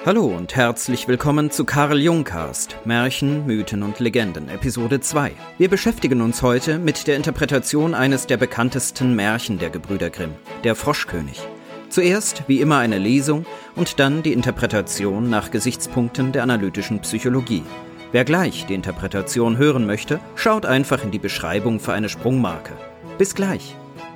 Hallo und herzlich willkommen zu Carl Jung-Cast, Märchen, Mythen und Legenden, Episode 2. Wir beschäftigen uns heute mit der Interpretation eines der bekanntesten Märchen der Gebrüder Grimm, der Froschkönig. Zuerst wie immer eine Lesung und dann die Interpretation nach Gesichtspunkten der analytischen Psychologie. Wer gleich die Interpretation hören möchte, schaut einfach in die Beschreibung für eine Sprungmarke. Bis gleich!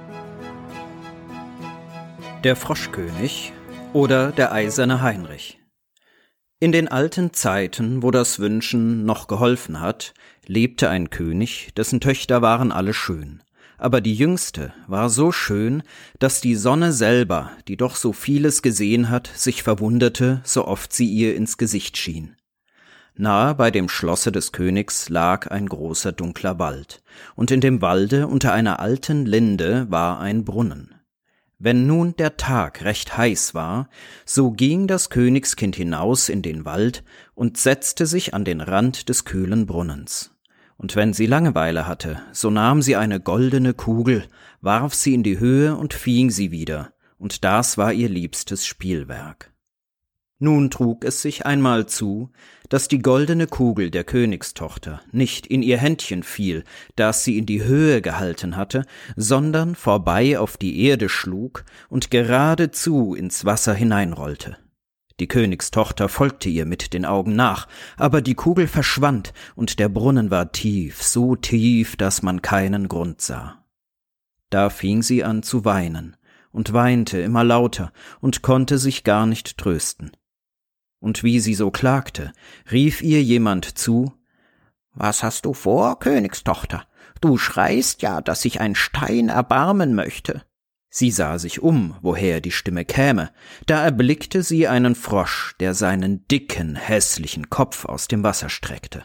Der Froschkönig oder der eiserne Heinrich. In den alten Zeiten, wo das Wünschen noch geholfen hat, lebte ein König, dessen Töchter waren alle schön. Aber die jüngste war so schön, dass die Sonne selber, die doch so vieles gesehen hat, sich verwunderte, so oft sie ihr ins Gesicht schien. Nahe bei dem Schlosse des Königs lag ein großer dunkler Wald, und in dem Walde unter einer alten Linde war ein Brunnen. Wenn nun der Tag recht heiß war, so ging das Königskind hinaus in den Wald und setzte sich an den Rand des kühlen Brunnens. Und wenn sie Langeweile hatte, so nahm sie eine goldene Kugel, warf sie in die Höhe und fing sie wieder, und das war ihr liebstes Spielwerk. Nun trug es sich einmal zu, dass die goldene Kugel der Königstochter nicht in ihr Händchen fiel, das sie in die Höhe gehalten hatte, sondern vorbei auf die Erde schlug und geradezu ins Wasser hineinrollte. Die Königstochter folgte ihr mit den Augen nach, aber die Kugel verschwand, und der Brunnen war tief, so tief, dass man keinen Grund sah. Da fing sie an zu weinen und weinte immer lauter und konnte sich gar nicht trösten. Und wie sie so klagte, rief ihr jemand zu: »Was hast du vor, Königstochter? Du schreist ja, dass sich ein Stein erbarmen möchte.« Sie sah sich woher die Stimme käme. Da erblickte sie einen Frosch, der seinen dicken, hässlichen Kopf aus dem Wasser streckte.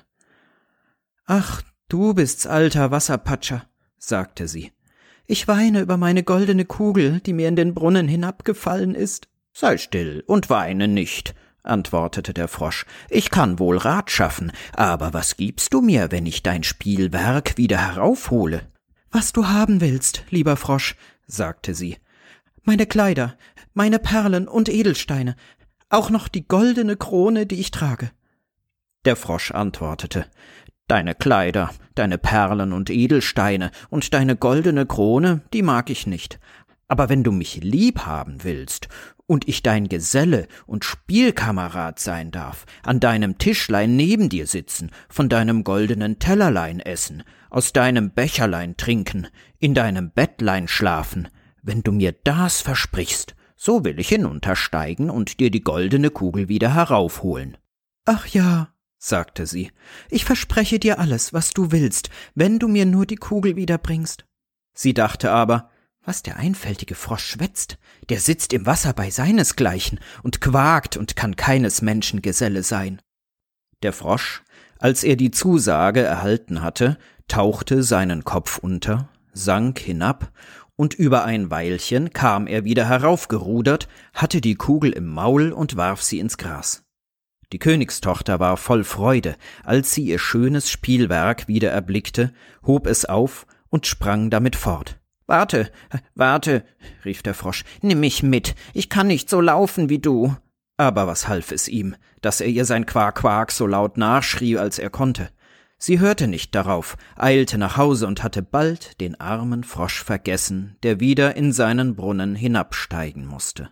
»Ach, du bist's, alter Wasserpatscher«, sagte sie. »Ich weine über meine goldene Kugel, die mir in den Brunnen hinabgefallen ist.« »Sei still und weine nicht«, antwortete der Frosch. »Ich kann wohl Rat schaffen, aber was gibst du mir, wenn ich dein Spielwerk wieder heraufhole?« »Was du haben willst, lieber Frosch«, sagte sie. »Meine Kleider, meine Perlen und Edelsteine, auch noch die goldene Krone, die ich trage.« Der Frosch antwortete: »Deine Kleider, deine Perlen und Edelsteine und deine goldene Krone, die mag ich nicht. Aber wenn du mich lieb haben willst und ich dein Geselle und Spielkamerad sein darf, an deinem Tischlein neben dir sitzen, von deinem goldenen Tellerlein essen, aus deinem Becherlein trinken, in deinem Bettlein schlafen, wenn du mir das versprichst, so will ich hinuntersteigen und dir die goldene Kugel wieder heraufholen.« »Ach ja«, sagte sie, »ich verspreche dir alles, was du willst, wenn du mir nur die Kugel wiederbringst.« Sie dachte aber: »Was der einfältige Frosch schwätzt, der sitzt im Wasser bei seinesgleichen und quakt und kann keines Menschen Geselle sein.« Der Frosch, als er die Zusage erhalten hatte, tauchte seinen Kopf unter, sank hinab, und über ein Weilchen kam er wieder heraufgerudert, hatte die Kugel im Maul und warf sie ins Gras. Die Königstochter war voll Freude, als sie ihr schönes Spielwerk wieder erblickte, hob es auf und sprang damit fort. »Warte, warte«, rief der Frosch, »nimm mich mit, ich kann nicht so laufen wie du.« Aber was half es ihm, dass er ihr sein Quak, Quak so laut nachschrie, als er konnte? Sie hörte nicht darauf, eilte nach Hause und hatte bald den armen Frosch vergessen, der wieder in seinen Brunnen hinabsteigen musste.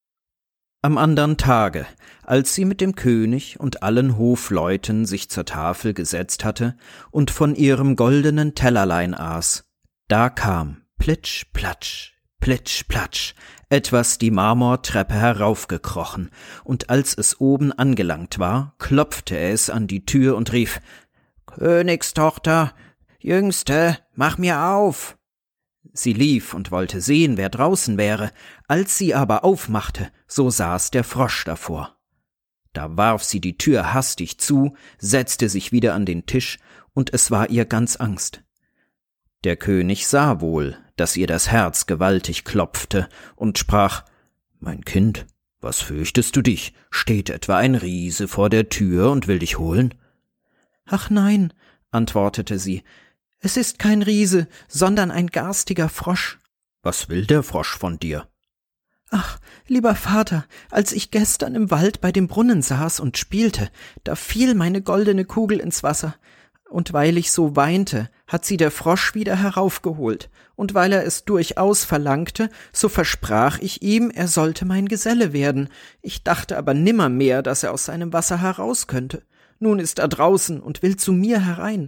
Am andern Tage, als sie mit dem König und allen Hofleuten sich zur Tafel gesetzt hatte und von ihrem goldenen Tellerlein aß, da kam plitsch, platsch, plitsch, platsch, etwas die Marmortreppe heraufgekrochen, und als es oben angelangt war, klopfte es an die Tür und rief: »Königstochter, Jüngste, mach mir auf!« Sie lief und wollte sehen, wer draußen wäre, als sie aber aufmachte, so saß der Frosch davor. Da warf sie die Tür hastig zu, setzte sich wieder an den Tisch, und es war ihr ganz Angst. Der König sah wohl, dass ihr das Herz gewaltig klopfte, und sprach: »Mein Kind, was fürchtest du dich? Steht etwa ein Riese vor der Tür und will dich holen?« »Ach nein«, antwortete sie, »es ist kein Riese, sondern ein garstiger Frosch.« »Was will der Frosch von dir?« »Ach, lieber Vater, als ich gestern im Wald bei dem Brunnen saß und spielte, da fiel meine goldene Kugel ins Wasser. Und weil ich so weinte, hat sie der Frosch wieder heraufgeholt, und weil er es durchaus verlangte, so versprach ich ihm, er sollte mein Geselle werden. Ich dachte aber nimmermehr, dass er aus seinem Wasser heraus könnte. Nun ist er draußen und will zu mir herein.«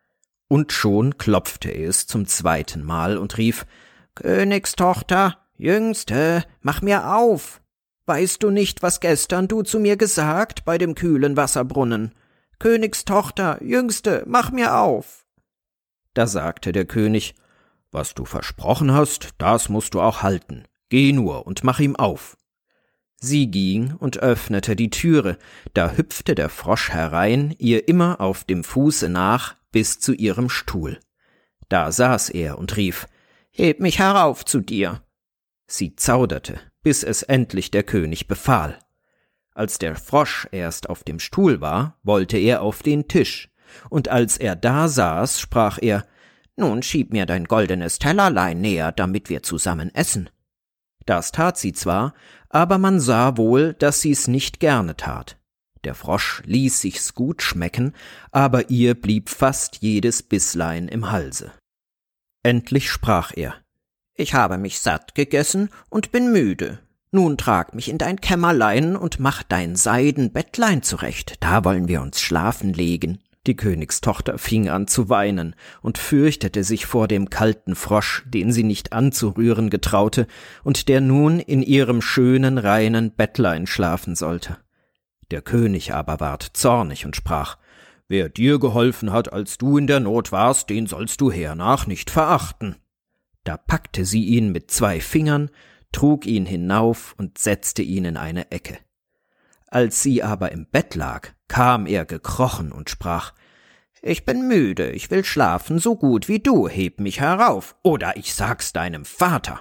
Und schon klopfte es zum 2. Mal und rief, »Königstochter, Jüngste, mach mir auf! Weißt du nicht, was gestern du zu mir gesagt bei dem kühlen Wasserbrunnen? Königstochter, Jüngste, mach mir auf!« Da sagte der König, »Was du versprochen hast, das musst du auch halten. Geh nur und mach ihm auf.« Sie ging und öffnete die Türe, da hüpfte der Frosch herein, ihr immer auf dem Fuße nach, bis zu ihrem Stuhl. Da saß er und rief, »Heb mich herauf zu dir!« Sie zauderte, bis es endlich der König befahl. Als der Frosch erst auf dem Stuhl war, wollte er auf den Tisch, und als er da saß, sprach er, »Nun schieb mir dein goldenes Tellerlein näher, damit wir zusammen essen.« Das tat sie zwar, aber man sah wohl, dass sie's nicht gerne tat. Der Frosch ließ sich's gut schmecken, aber ihr blieb fast jedes Bisslein im Halse. Endlich sprach er, »Ich habe mich satt gegessen und bin müde. Nun trag mich in dein Kämmerlein und mach dein Seidenbettlein zurecht, da wollen wir uns schlafen legen.« Die Königstochter fing an zu weinen und fürchtete sich vor dem kalten Frosch, den sie nicht anzurühren getraute und der nun in ihrem schönen, reinen Bettlein schlafen sollte. Der König aber ward zornig und sprach, »Wer dir geholfen hat, als du in der Not warst, den sollst du hernach nicht verachten.« Da packte sie ihn mit 2 Fingern, trug ihn hinauf und setzte ihn in eine Ecke. Als sie aber im Bett lag, kam er gekrochen und sprach, »Ich bin müde, ich will schlafen so gut wie du, heb mich herauf, oder ich sag's deinem Vater.«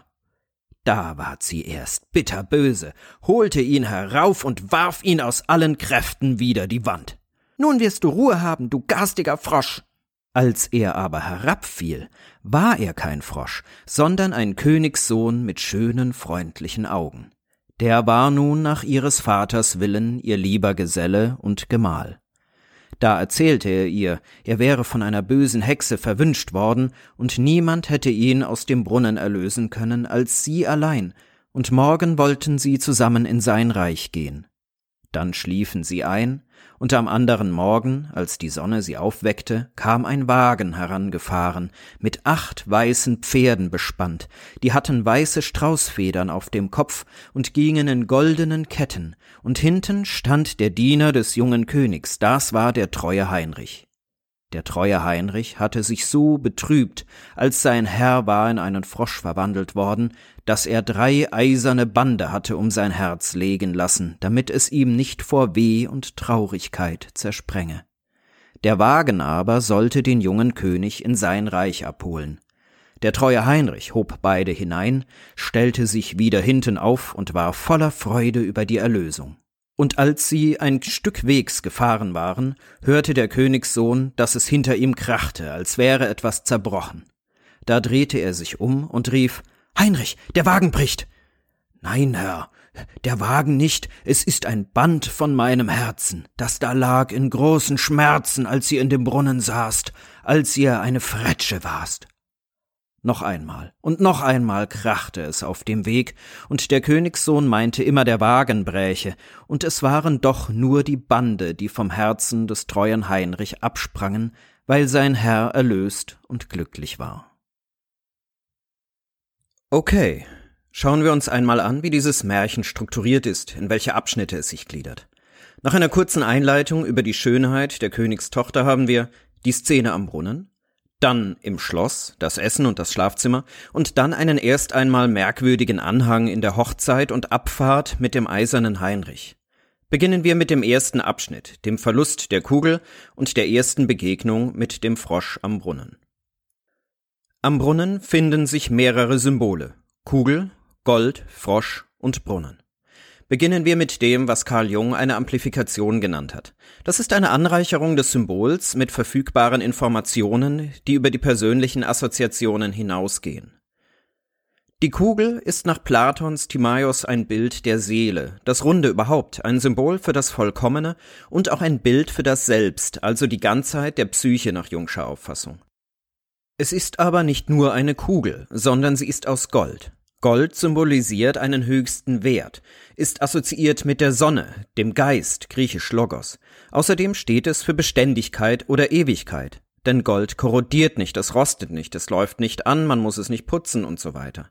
Da ward sie erst bitterböse, holte ihn herauf und warf ihn aus allen Kräften wider die Wand. »Nun wirst du Ruhe haben, du garstiger Frosch!« Als er aber herabfiel, war er kein Frosch, sondern ein Königssohn mit schönen, freundlichen Augen. Der war nun nach ihres Vaters Willen ihr lieber Geselle und Gemahl. Da erzählte er ihr, er wäre von einer bösen Hexe verwünscht worden, und niemand hätte ihn aus dem Brunnen erlösen können als sie allein, und morgen wollten sie zusammen in sein Reich gehen. Dann schliefen sie ein, und am anderen Morgen, als die Sonne sie aufweckte, kam ein Wagen herangefahren, mit 8 weißen Pferden bespannt, die hatten weiße Straußfedern auf dem Kopf und gingen in goldenen Ketten, und hinten stand der Diener des jungen Königs, das war der treue Heinrich. Der treue Heinrich hatte sich so betrübt, als sein Herr war in einen Frosch verwandelt worden, dass er 3 eiserne Bande hatte um sein Herz legen lassen, damit es ihm nicht vor Weh und Traurigkeit zersprenge. Der Wagen aber sollte den jungen König in sein Reich abholen. Der treue Heinrich hob beide hinein, stellte sich wieder hinten auf und war voller Freude über die Erlösung. Und als sie ein Stück Wegs gefahren waren, hörte der Königssohn, dass es hinter ihm krachte, als wäre etwas zerbrochen. Da drehte er sich um und rief, »Heinrich, der Wagen bricht!« »Nein, Herr, der Wagen nicht, es ist ein Band von meinem Herzen, das da lag in großen Schmerzen, als ihr in dem Brunnen saßt, als ihr eine Fretsche warst.« Noch einmal und noch einmal krachte es auf dem Weg, und der Königssohn meinte immer, der Wagen bräche, und es waren doch nur die Bande, die vom Herzen des treuen Heinrich absprangen, weil sein Herr erlöst und glücklich war. Okay, schauen wir uns einmal an, wie dieses Märchen strukturiert ist, in welche Abschnitte es sich gliedert. Nach einer kurzen Einleitung über die Schönheit der Königstochter haben wir die Szene am Brunnen, dann im Schloss, das Essen und das Schlafzimmer und dann einen erst einmal merkwürdigen Anhang in der Hochzeit und Abfahrt mit dem eisernen Heinrich. Beginnen wir mit dem ersten Abschnitt, dem Verlust der Kugel und der ersten Begegnung mit dem Frosch am Brunnen. Am Brunnen finden sich mehrere Symbole: Kugel, Gold, Frosch und Brunnen. Beginnen wir mit dem, was Carl Jung eine Amplifikation genannt hat. Das ist eine Anreicherung des Symbols mit verfügbaren Informationen, die über die persönlichen Assoziationen hinausgehen. Die Kugel ist nach Platons Timaios ein Bild der Seele, das Runde überhaupt, ein Symbol für das Vollkommene und auch ein Bild für das Selbst, also die Ganzheit der Psyche nach Jungscher Auffassung. Es ist aber nicht nur eine Kugel, sondern sie ist aus Gold. Gold symbolisiert einen höchsten Wert, ist assoziiert mit der Sonne, dem Geist, griechisch Logos. Außerdem steht es für Beständigkeit oder Ewigkeit, denn Gold korrodiert nicht, es rostet nicht, es läuft nicht an, man muss es nicht putzen und so weiter.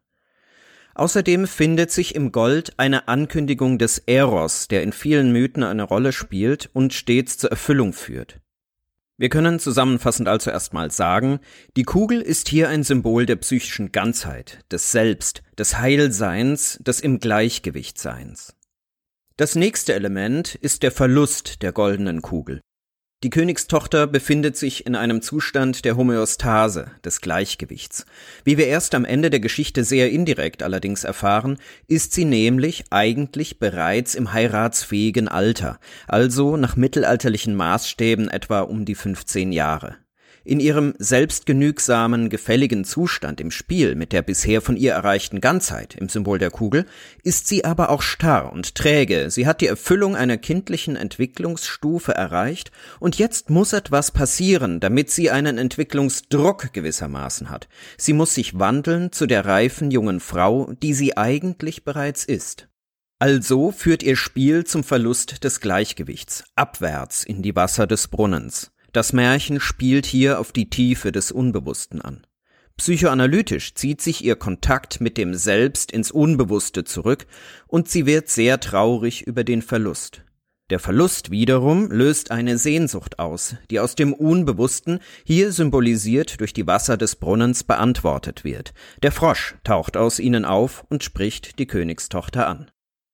Außerdem findet sich im Gold eine Ankündigung des Eros, der in vielen Mythen eine Rolle spielt und stets zur Erfüllung führt. Wir können zusammenfassend also erstmal sagen, die Kugel ist hier ein Symbol der psychischen Ganzheit, des Selbst, des Heilseins, des im Gleichgewichtseins. Das nächste Element ist der Verlust der goldenen Kugel. Die Königstochter befindet sich in einem Zustand der Homöostase, des Gleichgewichts. Wie wir erst am Ende der Geschichte sehr indirekt allerdings erfahren, ist sie nämlich eigentlich bereits im heiratsfähigen Alter, also nach mittelalterlichen Maßstäben etwa um die 15 Jahre. In ihrem selbstgenügsamen, gefälligen Zustand im Spiel mit der bisher von ihr erreichten Ganzheit im Symbol der Kugel ist sie aber auch starr und träge. Sie hat die Erfüllung einer kindlichen Entwicklungsstufe erreicht und jetzt muss etwas passieren, damit sie einen Entwicklungsdruck gewissermaßen hat. Sie muss sich wandeln zu der reifen jungen Frau, die sie eigentlich bereits ist. Also führt ihr Spiel zum Verlust des Gleichgewichts, abwärts in die Wasser des Brunnens. Das Märchen spielt hier auf die Tiefe des Unbewussten an. Psychoanalytisch zieht sich ihr Kontakt mit dem Selbst ins Unbewusste zurück und sie wird sehr traurig über den Verlust. Der Verlust wiederum löst eine Sehnsucht aus, die aus dem Unbewussten, hier symbolisiert durch die Wasser des Brunnens, beantwortet wird. Der Frosch taucht aus ihnen auf und spricht die Königstochter an.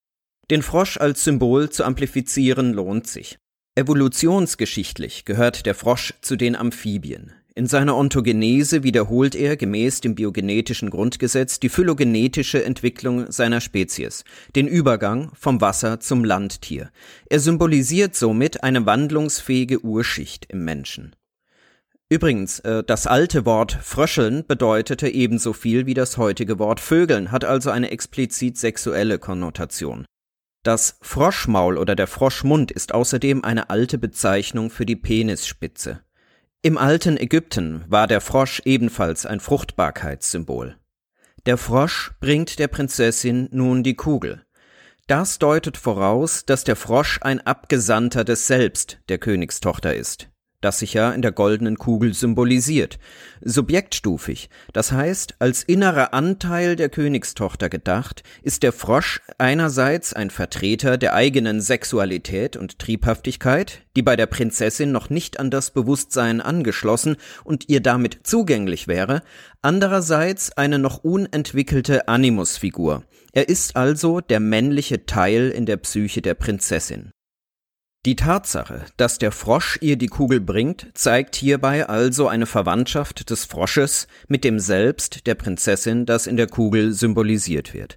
Den Frosch als Symbol zu amplifizieren lohnt sich. Evolutionsgeschichtlich gehört der Frosch zu den Amphibien. In seiner Ontogenese wiederholt er gemäß dem biogenetischen Grundgesetz die phylogenetische Entwicklung seiner Spezies, den Übergang vom Wasser zum Landtier. Er symbolisiert somit eine wandlungsfähige Urschicht im Menschen. Übrigens, das alte Wort Fröscheln bedeutete ebenso viel wie das heutige Wort Vögeln, hat also eine explizit sexuelle Konnotation. Das Froschmaul oder der Froschmund ist außerdem eine alte Bezeichnung für die Penisspitze. Im alten Ägypten war der Frosch ebenfalls ein Fruchtbarkeitssymbol. Der Frosch bringt der Prinzessin nun die Kugel. Das deutet voraus, dass der Frosch ein Abgesandter des Selbst der Königstochter ist, das sich ja in der goldenen Kugel symbolisiert. Subjektstufig, das heißt, als innerer Anteil der Königstochter gedacht, ist der Frosch einerseits ein Vertreter der eigenen Sexualität und Triebhaftigkeit, die bei der Prinzessin noch nicht an das Bewusstsein angeschlossen und ihr damit zugänglich wäre, andererseits eine noch unentwickelte Animusfigur. Er ist also der männliche Teil in der Psyche der Prinzessin. Die Tatsache, dass der Frosch ihr die Kugel bringt, zeigt hierbei also eine Verwandtschaft des Frosches mit dem Selbst der Prinzessin, das in der Kugel symbolisiert wird.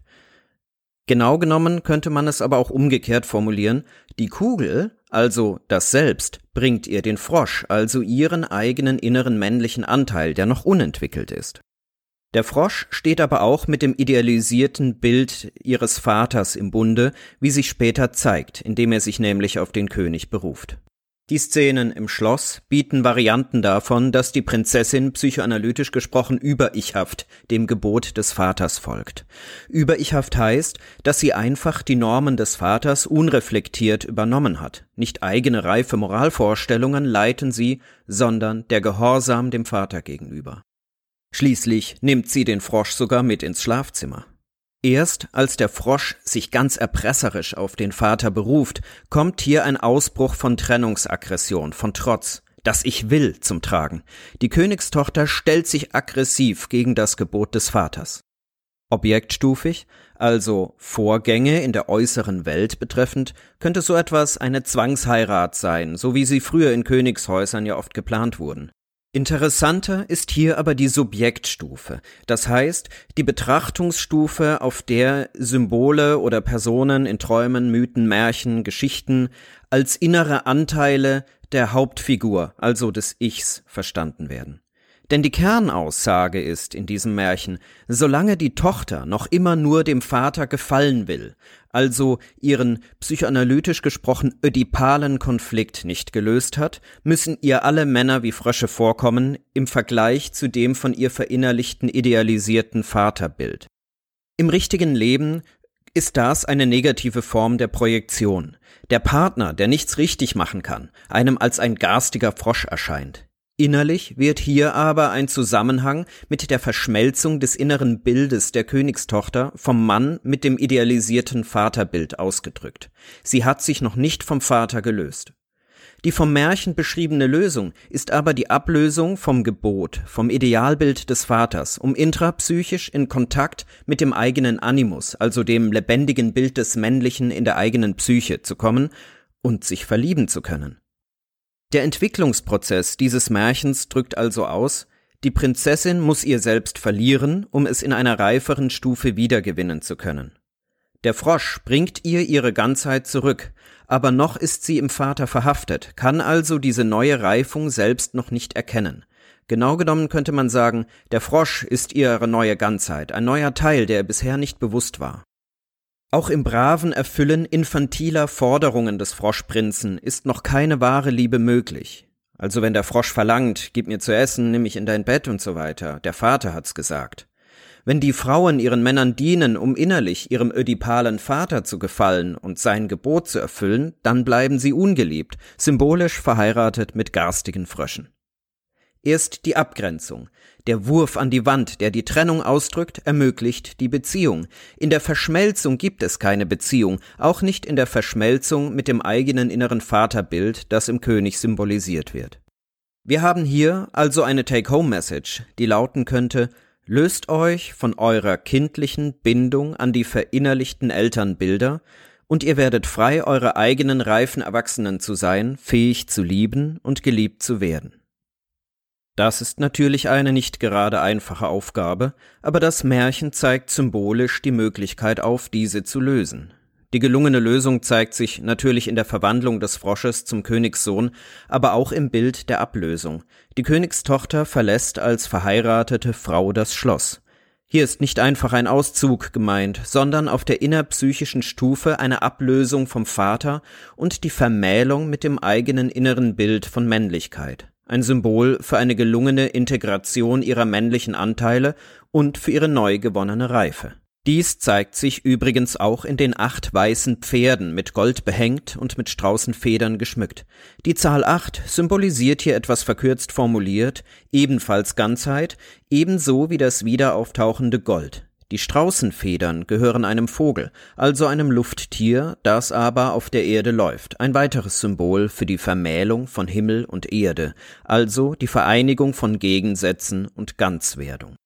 Genau genommen könnte man es aber auch umgekehrt formulieren: Die Kugel, also das Selbst, bringt ihr den Frosch, also ihren eigenen inneren männlichen Anteil, der noch unentwickelt ist. Der Frosch steht aber auch mit dem idealisierten Bild ihres Vaters im Bunde, wie sich später zeigt, indem er sich nämlich auf den König beruft. Die Szenen im Schloss bieten Varianten davon, dass die Prinzessin psychoanalytisch gesprochen überichhaft dem Gebot des Vaters folgt. Überichhaft heißt, dass sie einfach die Normen des Vaters unreflektiert übernommen hat. Nicht eigene reife Moralvorstellungen leiten sie, sondern der Gehorsam dem Vater gegenüber. Schließlich nimmt sie den Frosch sogar mit ins Schlafzimmer. Erst als der Frosch sich ganz erpresserisch auf den Vater beruft, kommt hier ein Ausbruch von Trennungsaggression, von Trotz, das Ich will zum Tragen. Die Königstochter stellt sich aggressiv gegen das Gebot des Vaters. Objektstufig, also Vorgänge in der äußeren Welt betreffend, könnte so etwas eine Zwangsheirat sein, so wie sie früher in Königshäusern ja oft geplant wurden. Interessanter ist hier aber die Subjektstufe, das heißt die Betrachtungsstufe, auf der Symbole oder Personen in Träumen, Mythen, Märchen, Geschichten als innere Anteile der Hauptfigur, also des Ichs, verstanden werden. Denn die Kernaussage ist in diesem Märchen, solange die Tochter noch immer nur dem Vater gefallen will, also ihren psychoanalytisch gesprochen ödipalen Konflikt nicht gelöst hat, müssen ihr alle Männer wie Frösche vorkommen im Vergleich zu dem von ihr verinnerlichten idealisierten Vaterbild. Im richtigen Leben ist das eine negative Form der Projektion. Der Partner, der nichts richtig machen kann, einem als ein garstiger Frosch erscheint. Innerlich wird hier aber ein Zusammenhang mit der Verschmelzung des inneren Bildes der Königstochter vom Mann mit dem idealisierten Vaterbild ausgedrückt. Sie hat sich noch nicht vom Vater gelöst. Die vom Märchen beschriebene Lösung ist aber die Ablösung vom Gebot, vom Idealbild des Vaters, um intrapsychisch in Kontakt mit dem eigenen Animus, also dem lebendigen Bild des Männlichen in der eigenen Psyche zu kommen und sich verlieben zu können. Der Entwicklungsprozess dieses Märchens drückt also aus, die Prinzessin muss ihr selbst verlieren, um es in einer reiferen Stufe wiedergewinnen zu können. Der Frosch bringt ihr ihre Ganzheit zurück, aber noch ist sie im Vater verhaftet, kann also diese neue Reifung selbst noch nicht erkennen. Genau genommen könnte man sagen, der Frosch ist ihre neue Ganzheit, ein neuer Teil, der ihr bisher nicht bewusst war. Auch im braven Erfüllen infantiler Forderungen des Froschprinzen ist noch keine wahre Liebe möglich. Also wenn der Frosch verlangt, gib mir zu essen, nimm mich in dein Bett und so weiter, der Vater hat's gesagt. Wenn die Frauen ihren Männern dienen, um innerlich ihrem ödipalen Vater zu gefallen und sein Gebot zu erfüllen, dann bleiben sie ungeliebt, symbolisch verheiratet mit garstigen Fröschen. Erst die Abgrenzung, der Wurf an die Wand, der die Trennung ausdrückt, ermöglicht die Beziehung. In der Verschmelzung gibt es keine Beziehung, auch nicht in der Verschmelzung mit dem eigenen inneren Vaterbild, das im König symbolisiert wird. Wir haben hier also eine Take-Home-Message, die lauten könnte: Löst euch von eurer kindlichen Bindung an die verinnerlichten Elternbilder und ihr werdet frei, eure eigenen reifen Erwachsenen zu sein, fähig zu lieben und geliebt zu werden. Das ist natürlich eine nicht gerade einfache Aufgabe, aber das Märchen zeigt symbolisch die Möglichkeit auf, diese zu lösen. Die gelungene Lösung zeigt sich natürlich in der Verwandlung des Frosches zum Königssohn, aber auch im Bild der Ablösung. Die Königstochter verlässt als verheiratete Frau das Schloss. Hier ist nicht einfach ein Auszug gemeint, sondern auf der innerpsychischen Stufe eine Ablösung vom Vater und die Vermählung mit dem eigenen inneren Bild von Männlichkeit. Ein Symbol für eine gelungene Integration ihrer männlichen Anteile und für ihre neu gewonnene Reife. Dies zeigt sich übrigens auch in den 8 weißen Pferden mit Gold behängt und mit Straußenfedern geschmückt. Die Zahl 8 symbolisiert hier etwas verkürzt formuliert ebenfalls Ganzheit, ebenso wie das wiederauftauchende Gold. Die Straußenfedern gehören einem Vogel, also einem Lufttier, das aber auf der Erde läuft, ein weiteres Symbol für die Vermählung von Himmel und Erde, also die Vereinigung von Gegensätzen und Ganzwerdung.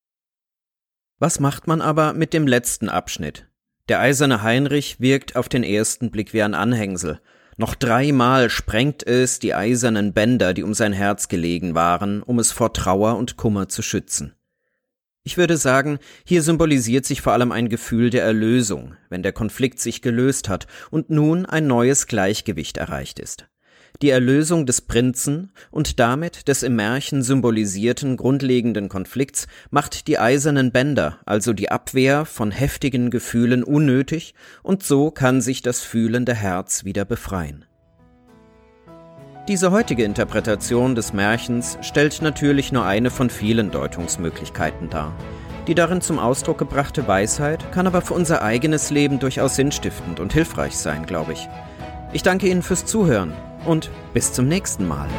Was macht man aber mit dem letzten Abschnitt? Der eiserne Heinrich wirkt auf den ersten Blick wie ein Anhängsel. Noch 3-mal sprengt es die eisernen Bänder, die um sein Herz gelegen waren, um es vor Trauer und Kummer zu schützen. Ich würde sagen, hier symbolisiert sich vor allem ein Gefühl der Erlösung, wenn der Konflikt sich gelöst hat und nun ein neues Gleichgewicht erreicht ist. Die Erlösung des Prinzen und damit des im Märchen symbolisierten grundlegenden Konflikts macht die eisernen Bänder, also die Abwehr von heftigen Gefühlen, unnötig und so kann sich das fühlende Herz wieder befreien. Diese heutige Interpretation des Märchens stellt natürlich nur eine von vielen Deutungsmöglichkeiten dar. Die darin zum Ausdruck gebrachte Weisheit kann aber für unser eigenes Leben durchaus sinnstiftend und hilfreich sein, glaube ich. Ich danke Ihnen fürs Zuhören und bis zum nächsten Mal.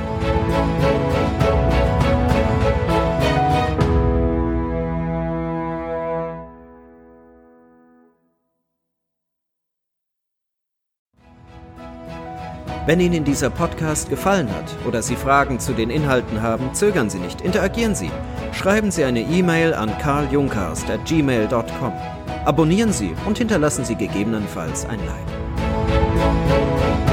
Wenn Ihnen dieser Podcast gefallen hat oder Sie Fragen zu den Inhalten haben, zögern Sie nicht, interagieren Sie. Schreiben Sie eine E-Mail an karljunkast@gmail.com. Abonnieren Sie und hinterlassen Sie gegebenenfalls ein Like.